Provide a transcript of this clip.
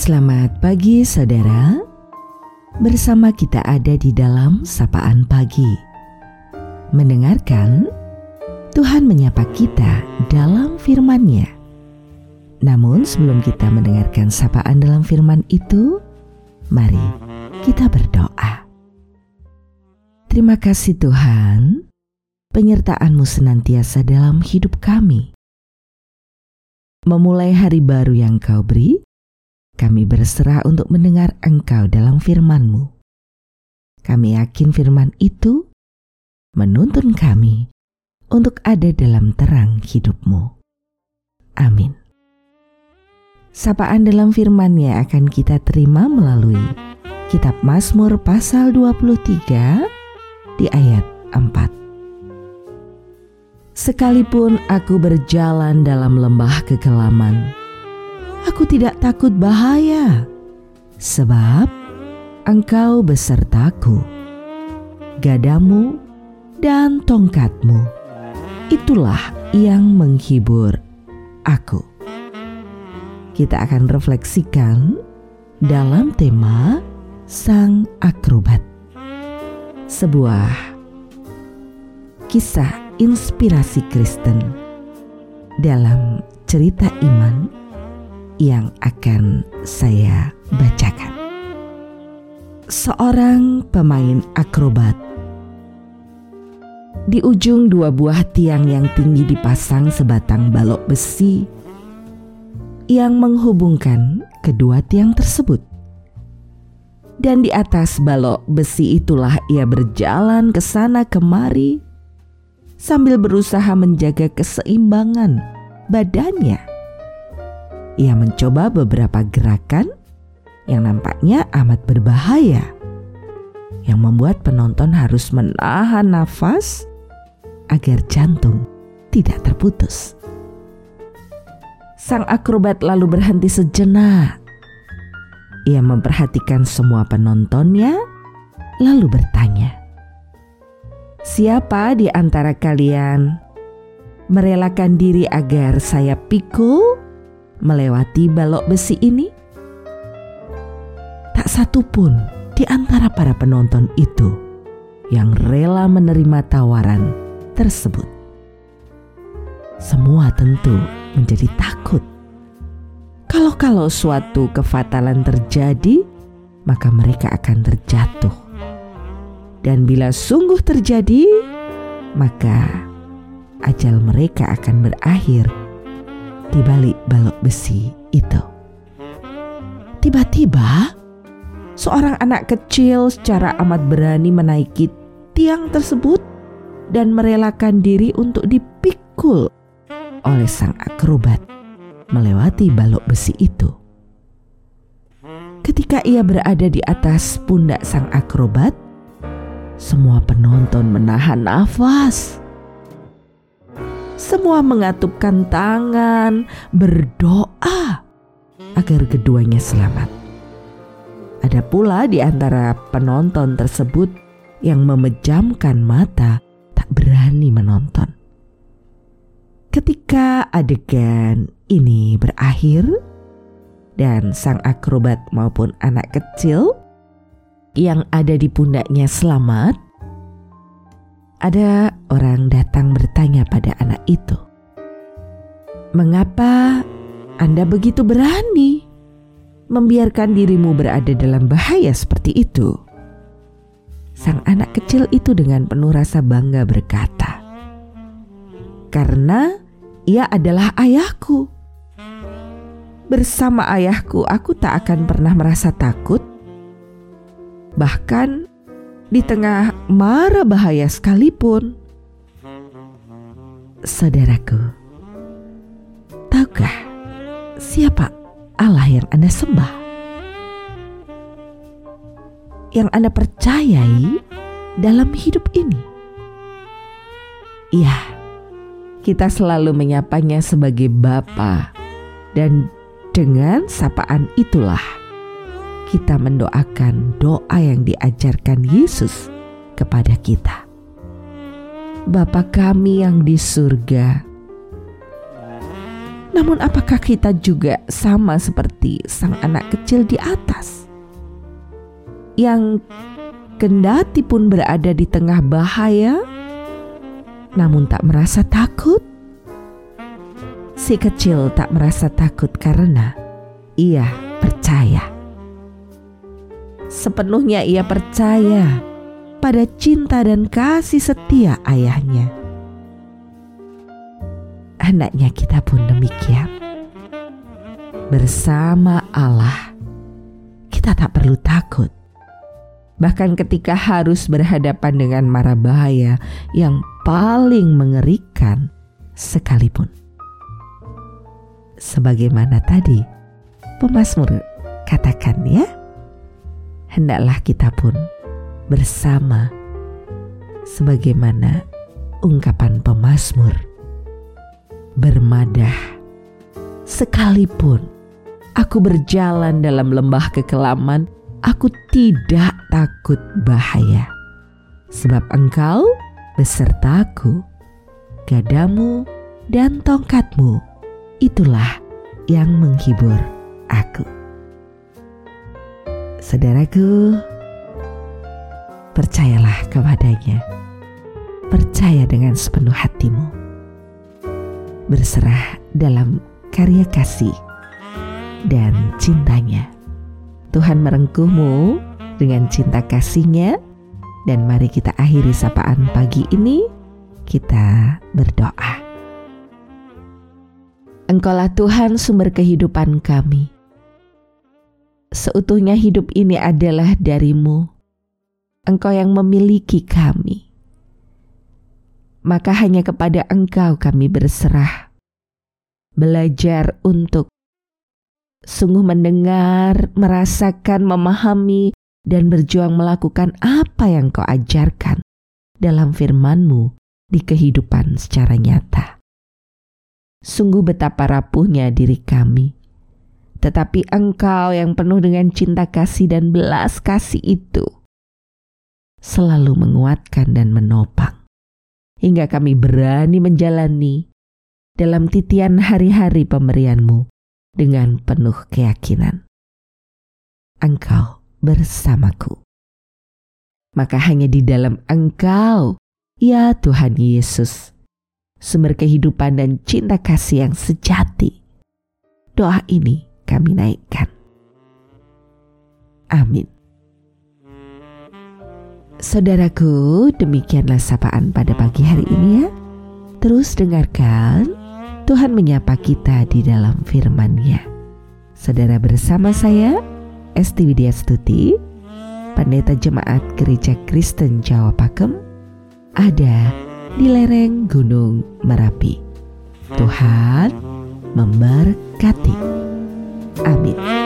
Selamat pagi saudara, bersama kita ada di dalam Sapaan Pagi. Mendengarkan, Tuhan menyapa kita dalam firman-Nya. Namun sebelum kita mendengarkan sapaan dalam firman itu, mari kita berdoa. Terima kasih Tuhan, penyertaan-Mu senantiasa dalam hidup kami. Memulai hari baru yang Kau beri, kami berserah untuk mendengar Engkau dalam firman-Mu. Kami yakin firman itu menuntun kami untuk ada dalam terang hidup-Mu. Amin. Sapaan dalam firman-Nya akan kita terima melalui Kitab Mazmur pasal 23 di ayat 4. Sekalipun aku berjalan dalam lembah kekelaman, aku tidak takut bahaya, sebab Engkau besertaku. Gadamu dan tongkat-Mu, itulah yang menghibur aku. Kita akan refleksikan dalam tema Sang Akrobat. Sebuah kisah inspirasi Kristen dalam cerita iman yang akan saya bacakan. Seorang pemain akrobat. Di ujung dua buah tiang yang tinggi dipasang sebatang balok besi yang menghubungkan kedua tiang tersebut. Dan di atas balok besi itulah ia berjalan ke sana kemari sambil berusaha menjaga keseimbangan badannya. Ia mencoba beberapa gerakan yang nampaknya amat berbahaya, yang membuat penonton harus menahan nafas agar jantung tidak terputus. Sang akrobat lalu berhenti sejenak. Ia memperhatikan semua penontonnya, lalu bertanya, "Siapa di antara kalian merelakan diri agar saya pikul melewati balok besi ini?" Tak satu pun di antara para penonton itu yang rela menerima tawaran tersebut. Semua tentu menjadi takut. Kalau suatu kefatalan terjadi, maka mereka akan terjatuh. Dan bila sungguh terjadi, maka ajal mereka akan berakhir di balik balok besi itu. Tiba-tiba, seorang anak kecil secara amat berani menaiki tiang tersebut dan merelakan diri untuk dipikul oleh sang akrobat melewati balok besi itu. Ketika ia berada di atas pundak sang akrobat, semua penonton menahan nafas. Semua mengatupkan tangan, berdoa agar keduanya selamat. Ada pula di antara penonton tersebut yang memejamkan mata, tak berani menonton. Ketika adegan ini berakhir dan sang akrobat maupun anak kecil yang ada di pundaknya selamat, ada orang datang bertanya pada anak itu, "Mengapa Anda begitu berani membiarkan dirimu berada dalam bahaya seperti itu?" Sang anak kecil itu dengan penuh rasa bangga berkata, "Karena ia adalah ayahku. Bersama ayahku, aku tak akan pernah merasa takut. Bahkan di tengah mara bahaya sekalipun." Saudaraku, tahukah siapa Allah yang Anda sembah? Yang Anda percayai dalam hidup ini? Ya, kita selalu menyapanya sebagai Bapa, dan dengan sapaan itulah kita mendoakan doa yang diajarkan Yesus kepada kita. Bapa kami yang di surga, Namun apakah kita juga sama seperti sang anak kecil di atas, yang kendati pun berada di tengah bahaya, namun tak merasa takut? Si kecil tak merasa takut karena ia percaya. Sepenuhnya ia percaya pada cinta dan kasih setia ayahnya. Anaknya kita pun demikian. Bersama Allah, kita tak perlu takut. Bahkan ketika harus berhadapan dengan mara bahaya yang paling mengerikan sekalipun. Sebagaimana tadi pemazmur katakan ya, hendaklah kita pun bersama sebagaimana ungkapan pemazmur. Bermadah, sekalipun aku berjalan dalam lembah kekelaman, aku tidak takut bahaya. Sebab Engkau besertaku, gadamu dan tongkatmu, itulah yang menghibur aku. Saudaraku, percayalah kepadanya. Percaya dengan sepenuh hatimu. Berserah dalam karya kasih dan cintanya. Tuhan merengkuhmu dengan cinta kasih-Nya. Dan mari kita akhiri sapaan pagi ini. Kita berdoa. Engkaulah Tuhan sumber kehidupan kami. Seutuhnya hidup ini adalah dari-Mu. Engkau yang memiliki kami. Maka hanya kepada Engkau kami berserah. Belajar untuk sungguh mendengar, merasakan, memahami, dan berjuang melakukan apa yang Kau ajarkan dalam firman-Mu di kehidupan secara nyata. Sungguh betapa rapuhnya diri kami. Tetapi Engkau yang penuh dengan cinta kasih dan belas kasih itu selalu menguatkan dan menopang. Hingga kami berani menjalani dalam titian hari-hari pemberian-Mu dengan penuh keyakinan. Engkau bersamaku. Maka hanya di dalam Engkau, ya Tuhan Yesus, sumber kehidupan dan cinta kasih yang sejati. Doa ini kami naikkan. Amin. Saudaraku, demikianlah sapaan pada pagi hari ini ya. Terus dengarkan Tuhan menyapa kita di dalam firman-Nya. Saudara, bersama saya Esti Widya Stuti, Pendeta Jemaat Gereja Kristen Jawa Pakem, ada di lereng Gunung Merapi. Tuhan memberkati. Amin.